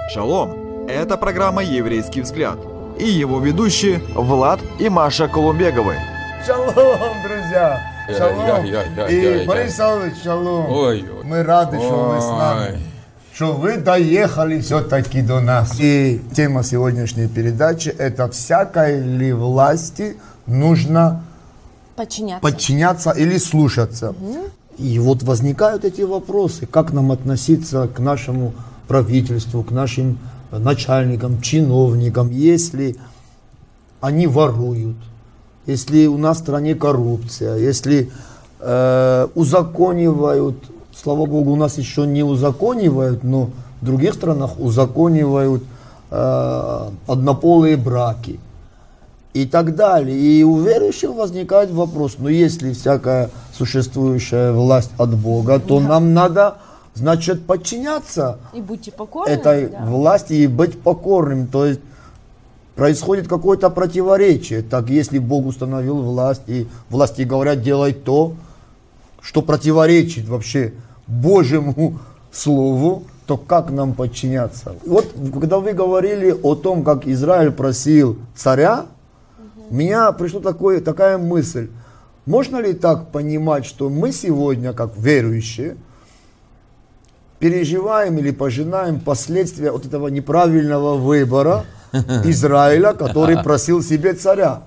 Шалом! Это программа «Еврейский взгляд» и его ведущие Влад и Маша Колумбеговы. Шалом, друзья! Шалом! И Борис Савович, шалом! Мы рады, что вы с нами, что вы доехали все-таки до нас. И тема сегодняшней передачи – это всякой ли власти нужно подчиняться или слушаться. И вот возникают эти вопросы, как нам относиться к нашему правительству, к нашим начальникам, чиновникам, если они воруют, если у нас в стране коррупция, если узаконивают, слава Богу, у нас еще не узаконивают, но в других странах узаконивают однополые браки и так далее. И у верующих возникает вопрос, ну если всякая существующая власть от Бога, то нам надо, значит, подчиняться и будьте покорными, этой власти и быть покорным. То есть происходит какое-то противоречие. Так если Бог установил власть, и власти говорят, делай то, что противоречит вообще Божьему Слову, то как нам подчиняться? Вот когда вы говорили о том, как Израиль просил царя, у меня пришла такая мысль. Можно ли так понимать, что мы сегодня, как верующие, переживаем или пожинаем последствия от этого неправильного выбора Израиля, который просил себе царя?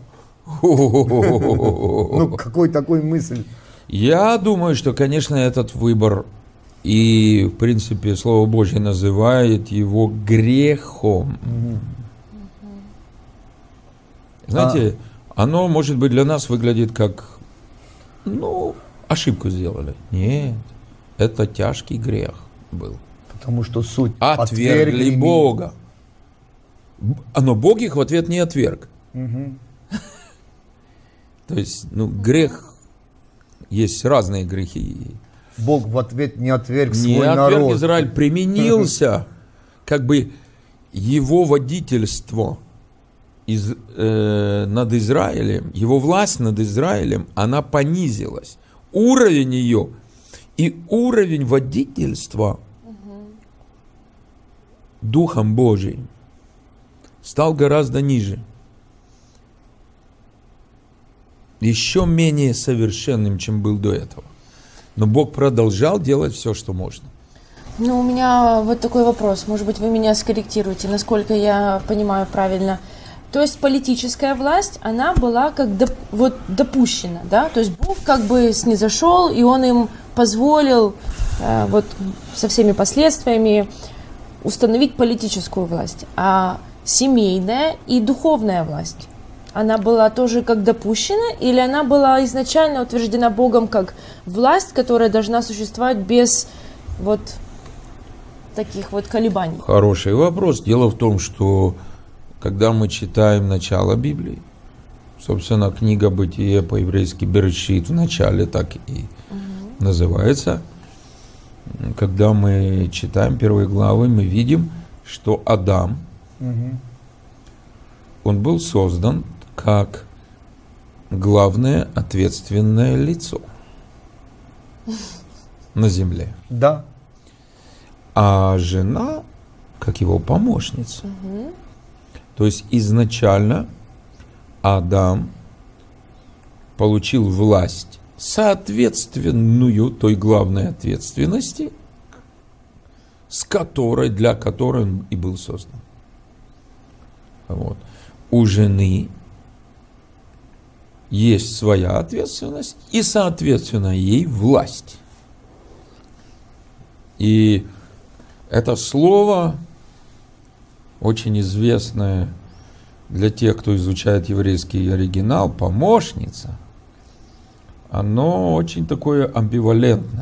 Ну, какой такой мысль? Я думаю, что, конечно, этот выбор, и, в принципе, Слово Божье называет его грехом. Знаете, оно, может быть, для нас выглядит как, ошибку сделали. Нет, это тяжкий грех был. Потому что суть отвергли Бога. Но Бог их в ответ не отверг. То есть, грех, есть разные грехи. Бог в ответ не отверг свой народ. Не отверг Израиль, применился, как бы его водительство над Израилем, его власть над Израилем, она понизилась. Уровень ее и уровень водительства Духом Божиим стал гораздо ниже. Еще менее совершенным, чем был до этого. Но Бог продолжал делать все, что можно. У меня вот такой вопрос. Может быть, вы меня скорректируете, насколько я понимаю правильно. То есть политическая власть, она была как допущена, да? То есть Бог как бы снизошел, и Он им позволил со всеми последствиями установить политическую власть. А семейная и духовная власть, она была тоже как допущена, или она была изначально утверждена Богом как власть, которая должна существовать без таких колебаний? Хороший вопрос. Дело в том, что когда мы читаем начало Библии, собственно, книга Бытие по-еврейски Берешит в начале так и называется, когда мы читаем первые главы, мы видим, что Адам, он был создан как главное ответственное лицо на земле. Да. А жена как его помощница. То есть изначально Адам получил власть, соответственную той главной ответственности, для которой он и был создан. У жены есть своя ответственность и, соответственно, ей власть. И это слово, очень известное для тех, кто изучает еврейский оригинал, помощница, оно очень такое амбивалентное.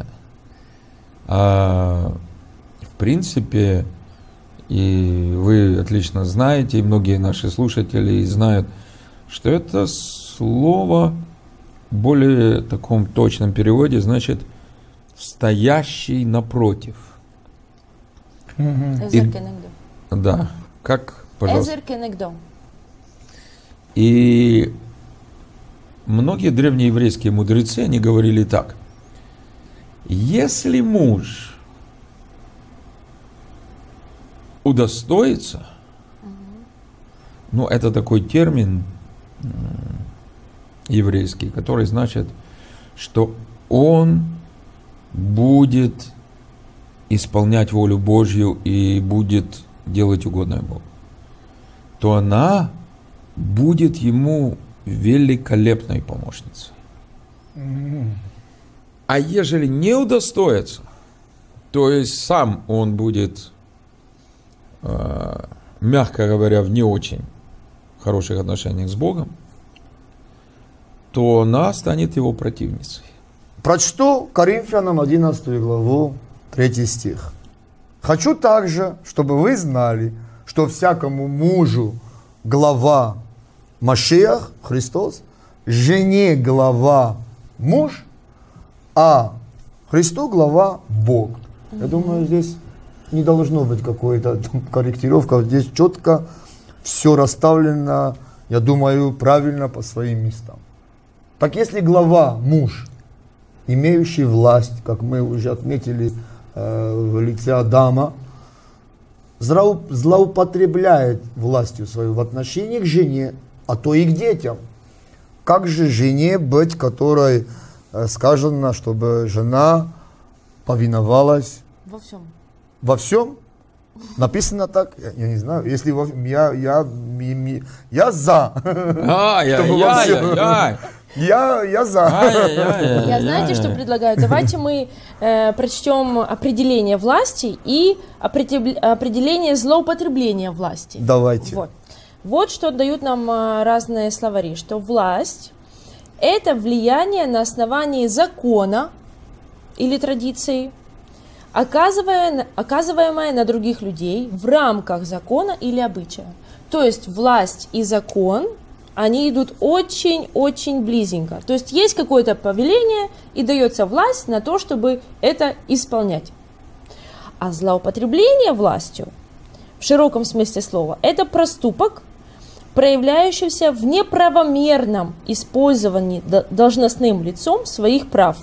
В принципе, и вы отлично знаете, и многие наши слушатели знают, что это слово в более таком точном переводе значит «стоящий напротив». Да, как, пожалуйста. И многие древнееврейские мудрецы, они говорили так: если муж удостоится, ну, это такой термин еврейский, который значит, что он будет исполнять волю Божью и будет делать угодное Богу, то она будет ему великолепной помощницей. А ежели не удостоится, то есть сам он будет, мягко говоря, в не очень хороших отношениях с Богом, то она станет его противницей. Прочту Коринфянам 11 главу, 3 стих. «Хочу также, чтобы вы знали, что всякому мужу глава Машиах, Христос, жене глава муж, а Христу глава Бог». Я думаю, здесь не должно быть какой-то корректировка. Здесь четко все расставлено, я думаю, правильно по своим местам. Так если глава муж, имеющий власть, как мы уже отметили в лице Адама, злоупотребляет властью свою в отношении к жене, а то и к детям. Как же жене быть, которой сказано, чтобы жена повиновалась Во всем. Во всем? Написано так? Я не знаю. Если я за. Я за. Я знаете, что предлагаю? Давайте мы прочтем определение власти и определение злоупотребления власти. Давайте. Вот что дают нам разные словари, что власть – это влияние на основании закона или традиции, оказываемое на других людей в рамках закона или обычая. То есть власть и закон, они идут очень-очень близенько. То есть есть какое-то повеление и дается власть на то, чтобы это исполнять. А злоупотребление властью, в широком смысле слова, это проступок, проявляющийся в неправомерном использовании должностным лицом своих прав.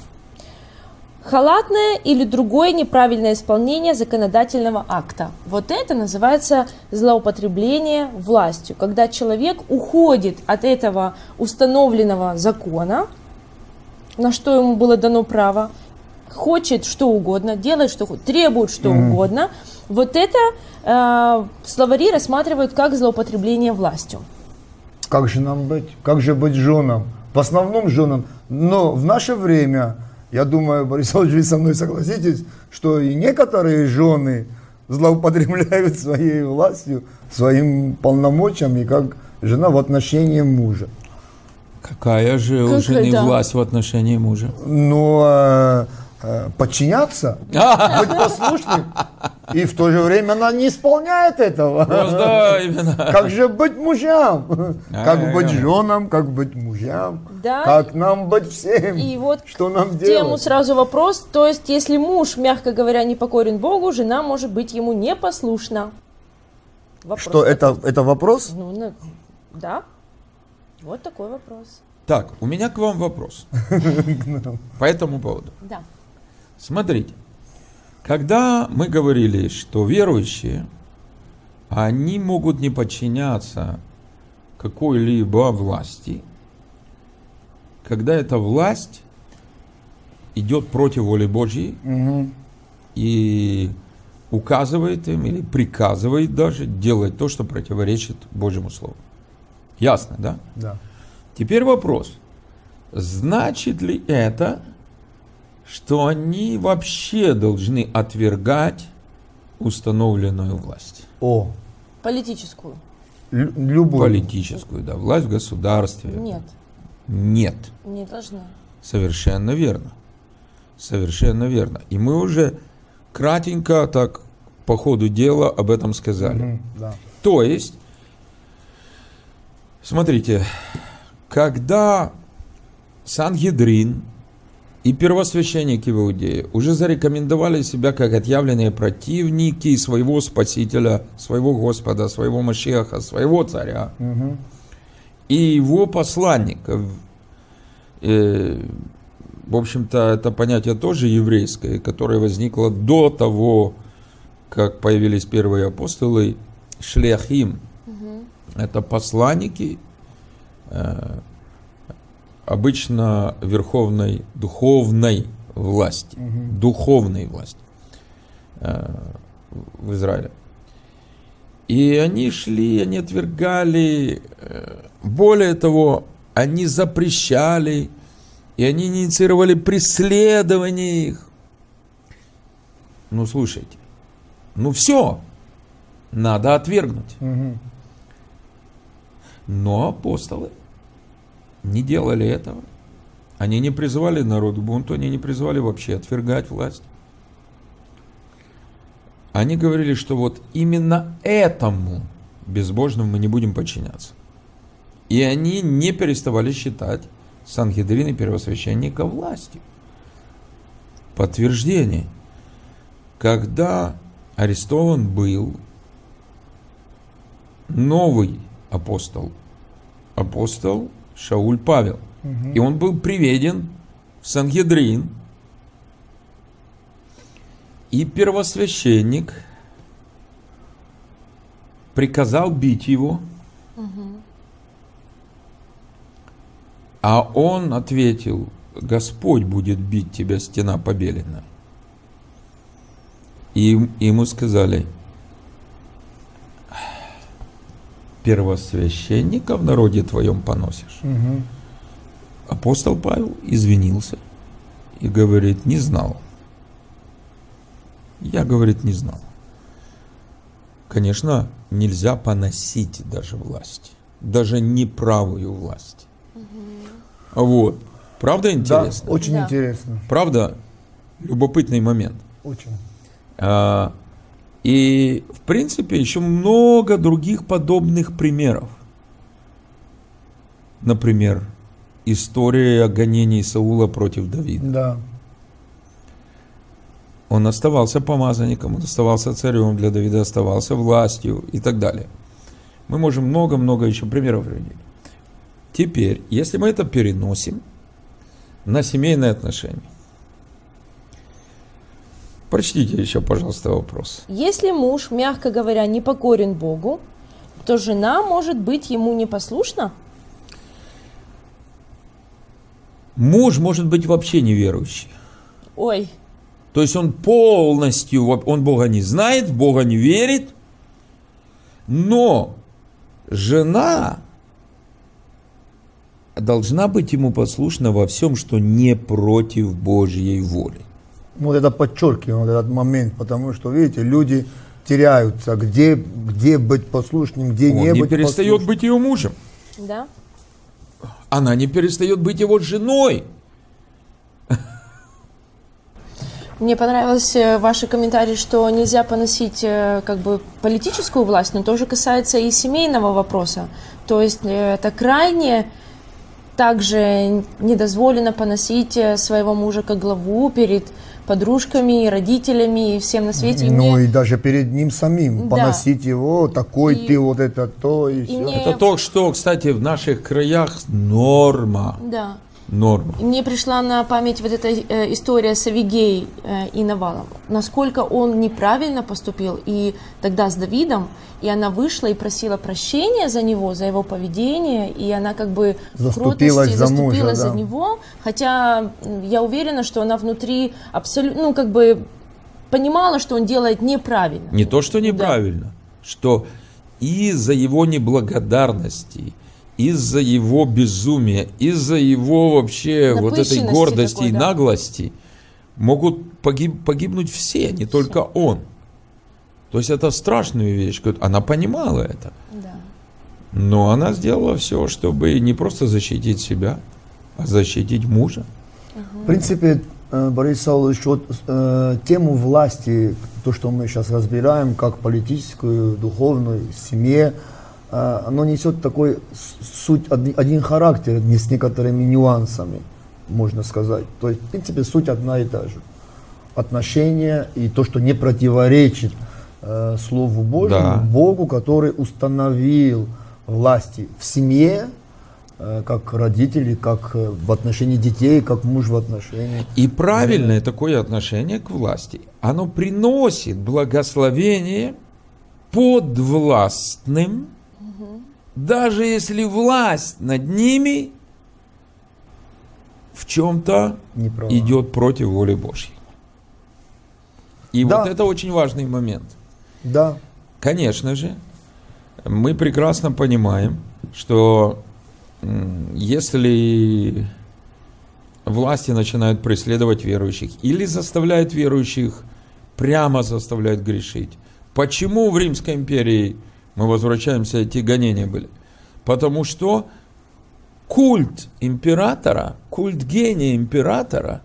Халатное или другое неправильное исполнение законодательного акта. Вот это называется злоупотребление властью, когда человек уходит от этого установленного закона, на что ему было дано право, хочет что угодно, делает что хочет, требует что угодно. Вот это словари рассматривают как злоупотребление властью. Как же нам быть? Как же быть женам? В основном женам. Но в наше время... Я думаю, Борис Ильич, вы со мной согласитесь, что и некоторые жены злоупотребляют своей властью, своим полномочиями, как жена в отношении мужа. Какая же у жены власть в отношении мужа? Ну, подчиняться, быть послушным. И в то же время она не исполняет этого. Да, именно. Как же быть мужьям? Как быть женам, как быть мужьям? Да. Как нам быть всем? И вот что нам в делать? тему сразу вопрос. То есть, если муж, мягко говоря, не покорен Богу, жена может быть ему непослушна. Вопрос что, это вопрос? Ну, да. Вот такой вопрос. Так, у меня к вам вопрос. По этому поводу. Да. Смотрите, когда мы говорили, что верующие, они могут не подчиняться какой-либо власти, когда эта власть идет против воли Божьей и указывает им или приказывает даже делать то, что противоречит Божьему Слову. Ясно, да? Да. Теперь вопрос. Значит ли это, что они вообще должны отвергать установленную власть? Политическую. Любую. Политическую, да. Власть в государстве. Нет. Нет. Не должна. Совершенно верно. Совершенно верно. И мы уже кратенько так по ходу дела об этом сказали. Да. То есть, смотрите, когда Сангедрин и первосвященники в Иудее уже зарекомендовали себя как отъявленные противники своего Спасителя, своего Господа, своего Машиаха, своего царя и его посланников. В общем-то, это понятие тоже еврейское, которое возникло до того, как появились первые апостолы, шляхим. Это посланники, обычно верховной, духовной власти. Духовной власти в Израиле. И они шли, они отвергали, более того, они запрещали, и они инициировали преследование их. Ну, слушайте, ну все, надо отвергнуть. Но апостолы не делали этого. Они не призывали народ к бунту, они не призывали вообще отвергать власть. Они говорили, что вот именно этому безбожному мы не будем подчиняться. И они не переставали считать Сангедрин и первосвященника властью. Подтверждение. Когда арестован был новый апостол Шауль Павел, и он был приведен в Сангедрин, и первосвященник приказал бить его, а он ответил: Господь будет бить тебя, стена побеленная. И ему сказали: первосвященника в народе твоем поносишь. Апостол Павел извинился и говорит: не знал. Я, говорит, не знал. Конечно, нельзя поносить даже власть, даже неправую власть. Вот. Правда интересно? Да, очень интересно. Правда, любопытный момент. Очень. И, в принципе, еще много других подобных примеров. Например, история гонений Саула против Давида. Да. Он оставался помазанником, он оставался царем для Давида, оставался властью и так далее. Мы можем много-много еще примеров приводить. Теперь, если мы это переносим на семейные отношения. Прочтите еще, пожалуйста, вопрос. Если муж, мягко говоря, не покорен Богу, то жена может быть ему непослушна? Муж может быть вообще неверующий. Ой. То есть он полностью, он Бога не знает, в Бога не верит, но жена должна быть ему послушна во всем, что не против Божьей воли. Вот это подчеркиваем, вот этот момент, потому что, видите, люди теряются, где быть послушным, где он не быть послушным. Он не перестает быть ее мужем. Да. Она не перестает быть его женой. Мне понравилось ваши комментарии, что нельзя поносить как бы политическую власть, но тоже касается и семейного вопроса. То есть это крайне также недозволено поносить своего мужа как главу перед подружками, родителями и всем на свете. Ну и даже перед ним самим, да. Поносить его, такой ты, вот это то и все. Это то, что, кстати, в наших краях норма. Да. Норма. И мне пришла на память вот эта история с Авигей и Навалом. Насколько он неправильно поступил и тогда с Давидом, и она вышла и просила прощения за него, за его поведение, и она как бы заступилась в кротости за заступилась мужа, за да. него, хотя я уверена, что она внутри абсолютно, ну как бы понимала, что он делает неправильно. Не то, что неправильно, что из-за его неблагодарности, из-за его безумия, из-за его вообще вот этой гордости такой, и наглости могут погибнуть все, не только он. То есть это страшная вещь. Она понимала это. Да. Но она сделала все, чтобы не просто защитить себя, а защитить мужа. В принципе, Борис Саулович, вот тему власти, то, что мы сейчас разбираем, как политическую, духовную, семье, оно несет такой суть, один характер с некоторыми нюансами, можно сказать. То есть, в принципе, суть одна и та же. Отношения и то, что не противоречит Слову Божьему, да. Богу, который установил власти в семье, как родители, как в отношении детей, как муж в отношении. И правильное такое отношение к власти, оно приносит благословение подвластным, даже если власть над ними в чем-то идет против воли Божьей. И вот это очень важный момент. Да. Конечно же, мы прекрасно понимаем, что если власти начинают преследовать верующих или заставляют верующих, прямо заставляют грешить. Почему в Римской империи, мы возвращаемся, эти гонения были? Потому что культ императора, культ гения императора,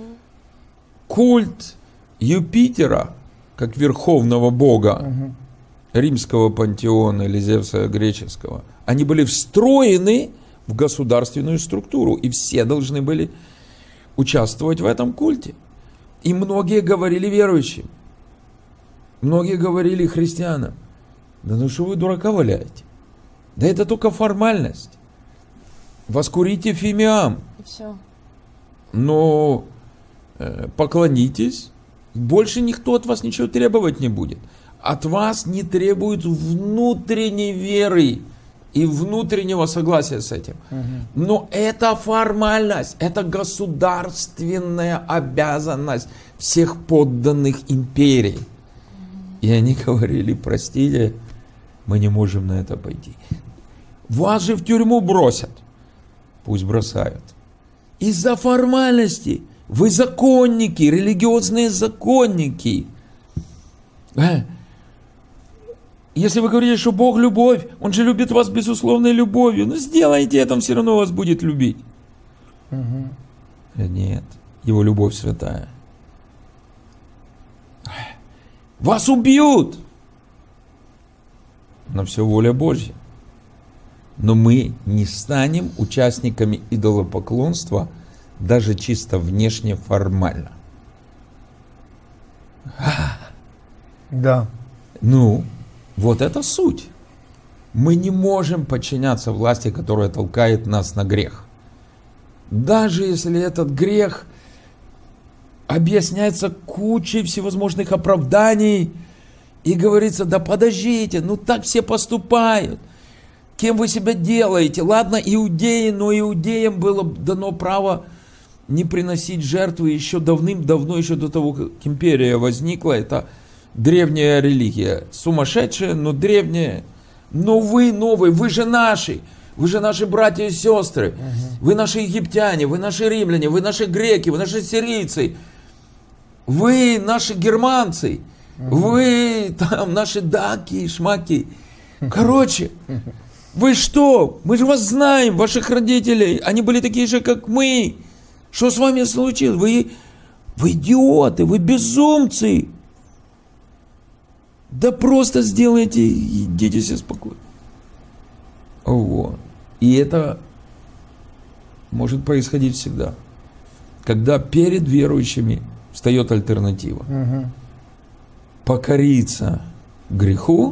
культ Юпитера, как верховного бога римского пантеона или Зевса греческого, они были встроены в государственную структуру, и все должны были участвовать в этом культе. И многие говорили верующим, многие говорили христианам: да ну что вы дурака валяете? Да это только формальность. Воскурите фимиам. И все. Но поклонитесь, больше никто от вас ничего требовать не будет. От вас не требуют внутренней веры и внутреннего согласия с этим. Но это формальность, это государственная обязанность всех подданных империи. И они говорили: простите, мы не можем на это пойти. Вас же в тюрьму бросят. Пусть бросают. Из-за формальности. Вы законники, религиозные законники. Если вы говорите, что Бог любовь, Он же любит вас безусловной любовью, ну сделайте это, Он все равно вас будет любить. Нет, Его любовь святая. Вас убьют. Но все воля Божья. Но мы не станем участниками идолопоклонства даже чисто внешне формально. Да. Ну, вот это суть. Мы не можем подчиняться власти, которая толкает нас на грех. Даже если этот грех объясняется кучей всевозможных оправданий и говорится: да подождите, ну так все поступают. Кем вы себя делаете? Ладно, иудеи, но иудеям было дано право не приносить жертвы еще давным-давно, еще до того, как империя возникла. Это древняя религия. Сумасшедшая, но древняя. Но вы новые, вы же наши братья и сестры. Вы наши египтяне, вы наши римляне, вы наши греки, вы наши сирийцы. Вы наши германцы. Вы там наши даки, шмаки. Короче, вы что? Мы же вас знаем, ваших родителей. Они были такие же, как мы. Что с вами случилось? Вы идиоты, вы безумцы. Да просто сделайте, идите все спокойно. Вот. И это может происходить всегда. Когда перед верующими встает альтернатива. Покориться греху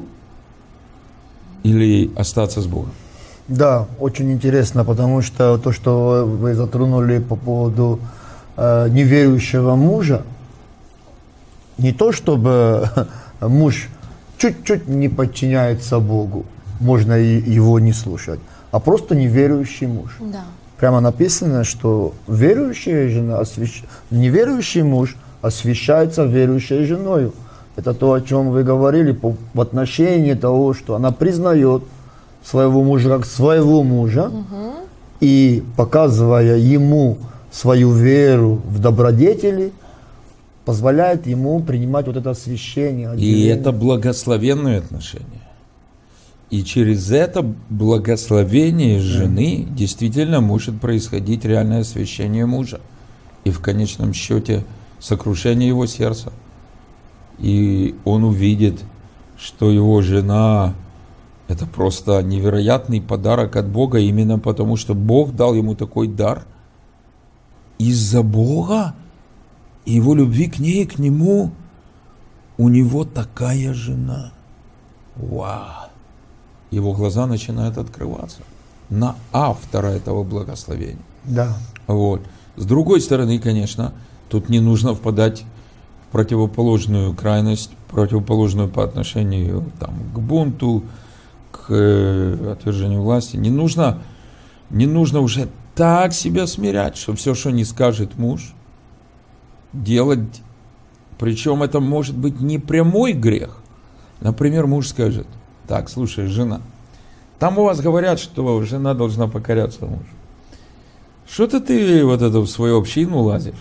или остаться с Богом. Да, очень интересно, потому что то, что вы затронули по поводу неверующего мужа, не то чтобы муж чуть-чуть не подчиняется Богу, можно его не слушать, а просто неверующий муж. Да. Прямо написано, что верующая жена, неверующий муж освящается верующей женой. Это то, о чем вы говорили в отношении того, что она признает своего мужа как своего мужа, и показывая ему свою веру в добродетели, позволяет ему принимать вот это освящение. И это благословенное отношение. И через это благословение жены действительно может происходить реальное освящение мужа. И в конечном счете сокрушение его сердца. И он увидит, что его жена – это просто невероятный подарок от Бога, именно потому, что Бог дал ему такой дар. Из-за Бога и его любви к ней и к нему у него такая жена. Вау! Его глаза начинают открываться. на автора этого благословения. Да. Вот. С другой стороны, конечно, тут не нужно впадать в противоположную крайность, противоположную по отношению там, к бунту, к отвержению власти. Не нужно уже так себя смирять, что все, что не скажет муж, делать. Причем это может быть не прямой грех. Например, муж скажет: так, слушай, жена, там у вас говорят, что жена должна покоряться мужу. Что-то ты вот это в свою общину лазишь.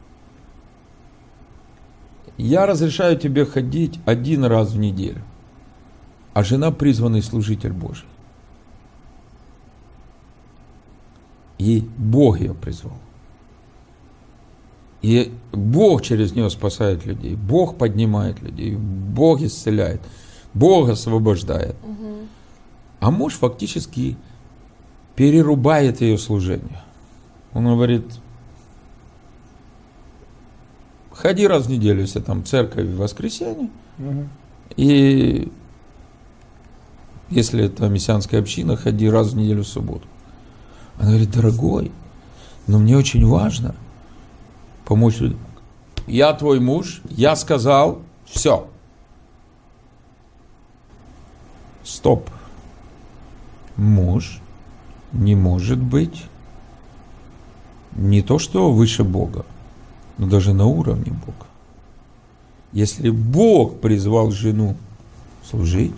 Я разрешаю тебе ходить 1 раз в неделю, а жена призванный служитель Божий. И Бог ее призвал. И Бог через нее спасает людей, Бог поднимает людей, Бог исцеляет, Бог освобождает. А муж фактически перерубает ее служение. Он говорит: ходи раз в неделю, если там церковь в воскресенье, и если это мессианская община, ходи раз в неделю в субботу. Она говорит: дорогой, но мне очень важно помочь людям. Я твой муж, я сказал, все. Стоп. Муж не может быть не то что выше Бога, но даже на уровне Бога. Если Бог призвал жену служить,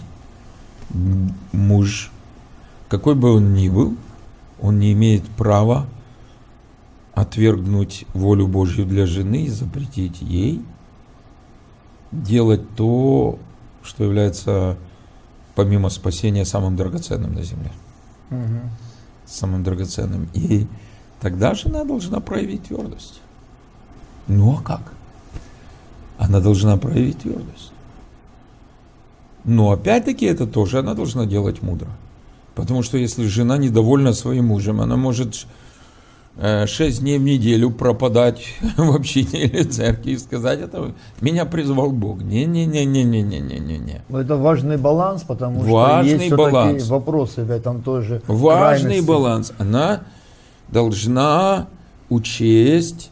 муж, какой бы он ни был, он не имеет права отвергнуть волю Божью для жены и запретить ей делать то, что является помимо спасения самым драгоценным на земле. Самым драгоценным. И тогда жена должна проявить твердость. Ну а как? Она должна проявить твердость. Но опять-таки это тоже она должна делать мудро. Потому что если жена недовольна своим мужем, она может 6 дней в неделю пропадать в общине или церкви и сказать: это меня призвал Бог. Не-не-не-не-не-не-не-не. Это важный баланс, потому важный что есть баланс. Такие вопросы в этом тоже. Важный крайности. Баланс. Она должна учесть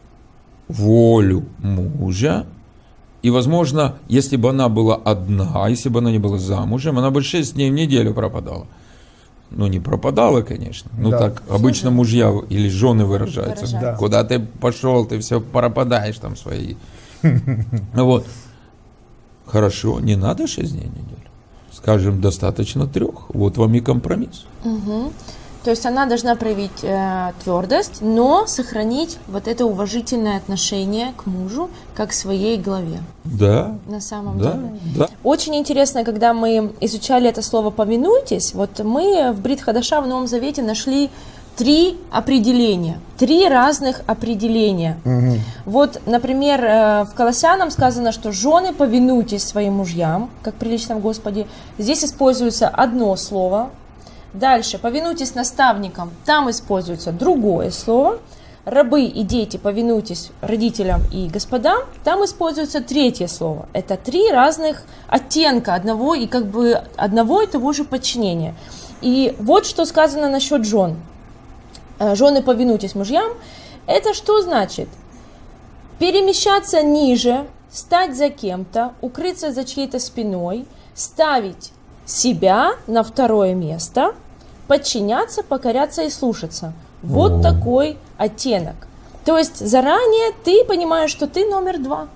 волю мужа. И, возможно, если бы она была одна, если бы она не была замужем, она бы 6 дней в неделю пропадала. Ну, не пропадала, конечно. Ну, да. Так обычно мужья или жены выражаются. Да. Куда ты пошел, ты все пропадаешь там свои. Вот. Хорошо, не надо 6 дней в неделю. Скажем, достаточно 3. Вот вам и компромисс. То есть она должна проявить твердость, но сохранить вот это уважительное отношение к мужу, как к своей главе. Да. На самом деле. Да. Очень интересно, когда мы изучали это слово «повинуйтесь», вот мы в Брит Хадаша в Новом Завете нашли 3 определения, 3 разных определения. Вот, например, в Колоссянам сказано, что жены, повинуйтесь своим мужьям, как прилично в Господе. Здесь используется одно слово. Дальше, повинуйтесь наставникам, там используется другое слово. Рабы и дети, повинуйтесь родителям и господам, там используется 3 слово. Это 3 разных оттенка одного и того же подчинения. И вот что сказано насчет жен. Жены, повинуйтесь мужьям. Это что значит? Перемещаться ниже, стать за кем-то, укрыться за чьей-то спиной, ставить себя на 2 место, подчиняться, покоряться и слушаться. Вот такой оттенок. То есть заранее ты понимаешь, что ты номер 2.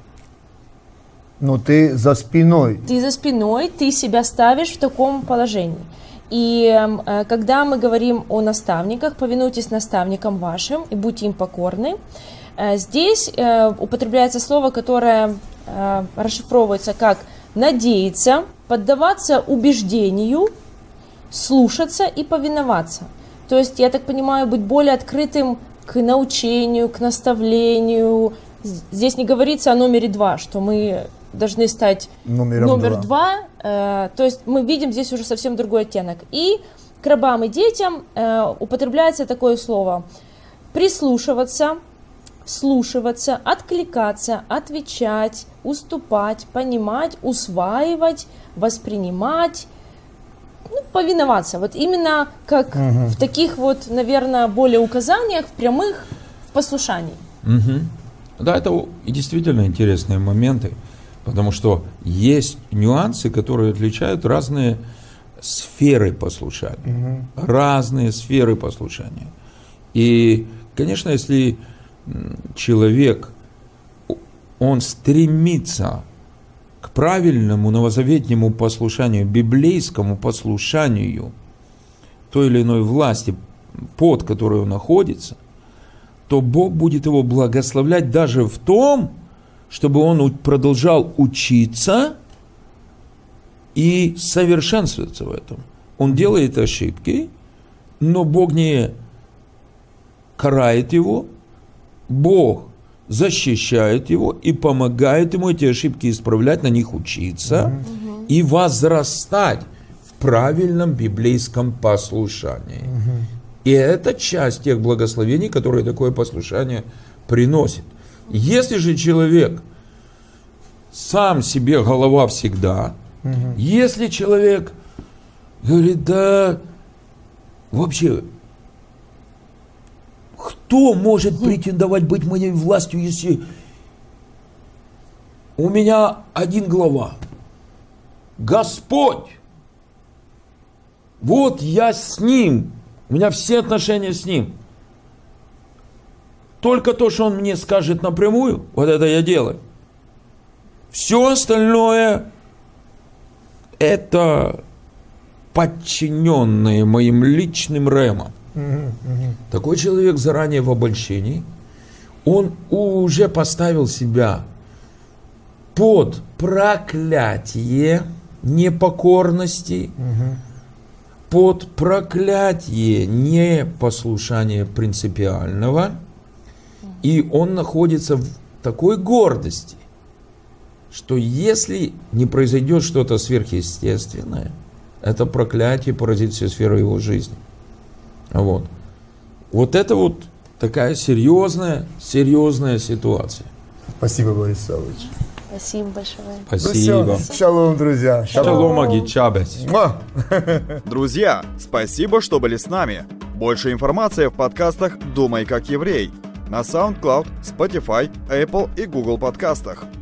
Но ты за спиной. Ты за спиной, ты себя ставишь в таком положении. И когда мы говорим о наставниках, повинуйтесь наставникам вашим и будьте им покорны, здесь употребляется слово, которое расшифровывается как надеяться, поддаваться убеждению, слушаться и повиноваться. То есть, я так понимаю, быть более открытым к научению, к наставлению. Здесь не говорится о номере 2, что мы должны стать номер 2. То есть, мы видим здесь уже совсем другой оттенок. И к рабам и детям употребляется такое слово: прислушиваться, вслушиваться, откликаться, отвечать, уступать, понимать, усваивать, воспринимать, повиноваться. Вот именно как в таких вот, наверное, более указаниях, прямых, в послушании. Да, это и действительно интересные моменты, потому что есть нюансы, которые отличают разные сферы послушания. Разные сферы послушания. И, конечно, если человек, он стремится к правильному новозаветнему послушанию, библейскому послушанию той или иной власти, под которой он находится, то Бог будет его благословлять даже в том, чтобы он продолжал учиться и совершенствоваться в этом. Он делает ошибки, но Бог не карает его, Бог защищает его и помогает ему эти ошибки исправлять, на них учиться и возрастать в правильном библейском послушании. И это часть тех благословений, которые такое послушание приносит. Если же человек сам себе голова всегда, если человек говорит, да, вообще, кто может претендовать быть моей властью, если у меня один глава? Господь! Вот я с Ним, у меня все отношения с Ним. Только то, что Он мне скажет напрямую, вот это я делаю. Все остальное это подчиненные моим личным ремам. Такой человек заранее в обольщении, он уже поставил себя под проклятие непокорности, под проклятие непослушания принципиального, и он находится в такой гордости, что если не произойдет что-то сверхъестественное, это проклятие поразит всю сферу его жизни. Вот это вот такая серьезная ситуация. Спасибо, Борис Савович. Спасибо большое. Спасибо. Шалом, друзья. Шалом, агичабес. Друзья, спасибо, что были с нами. Больше информации в подкастах «Думай как еврей» на SoundCloud, Spotify, Apple и Google подкастах.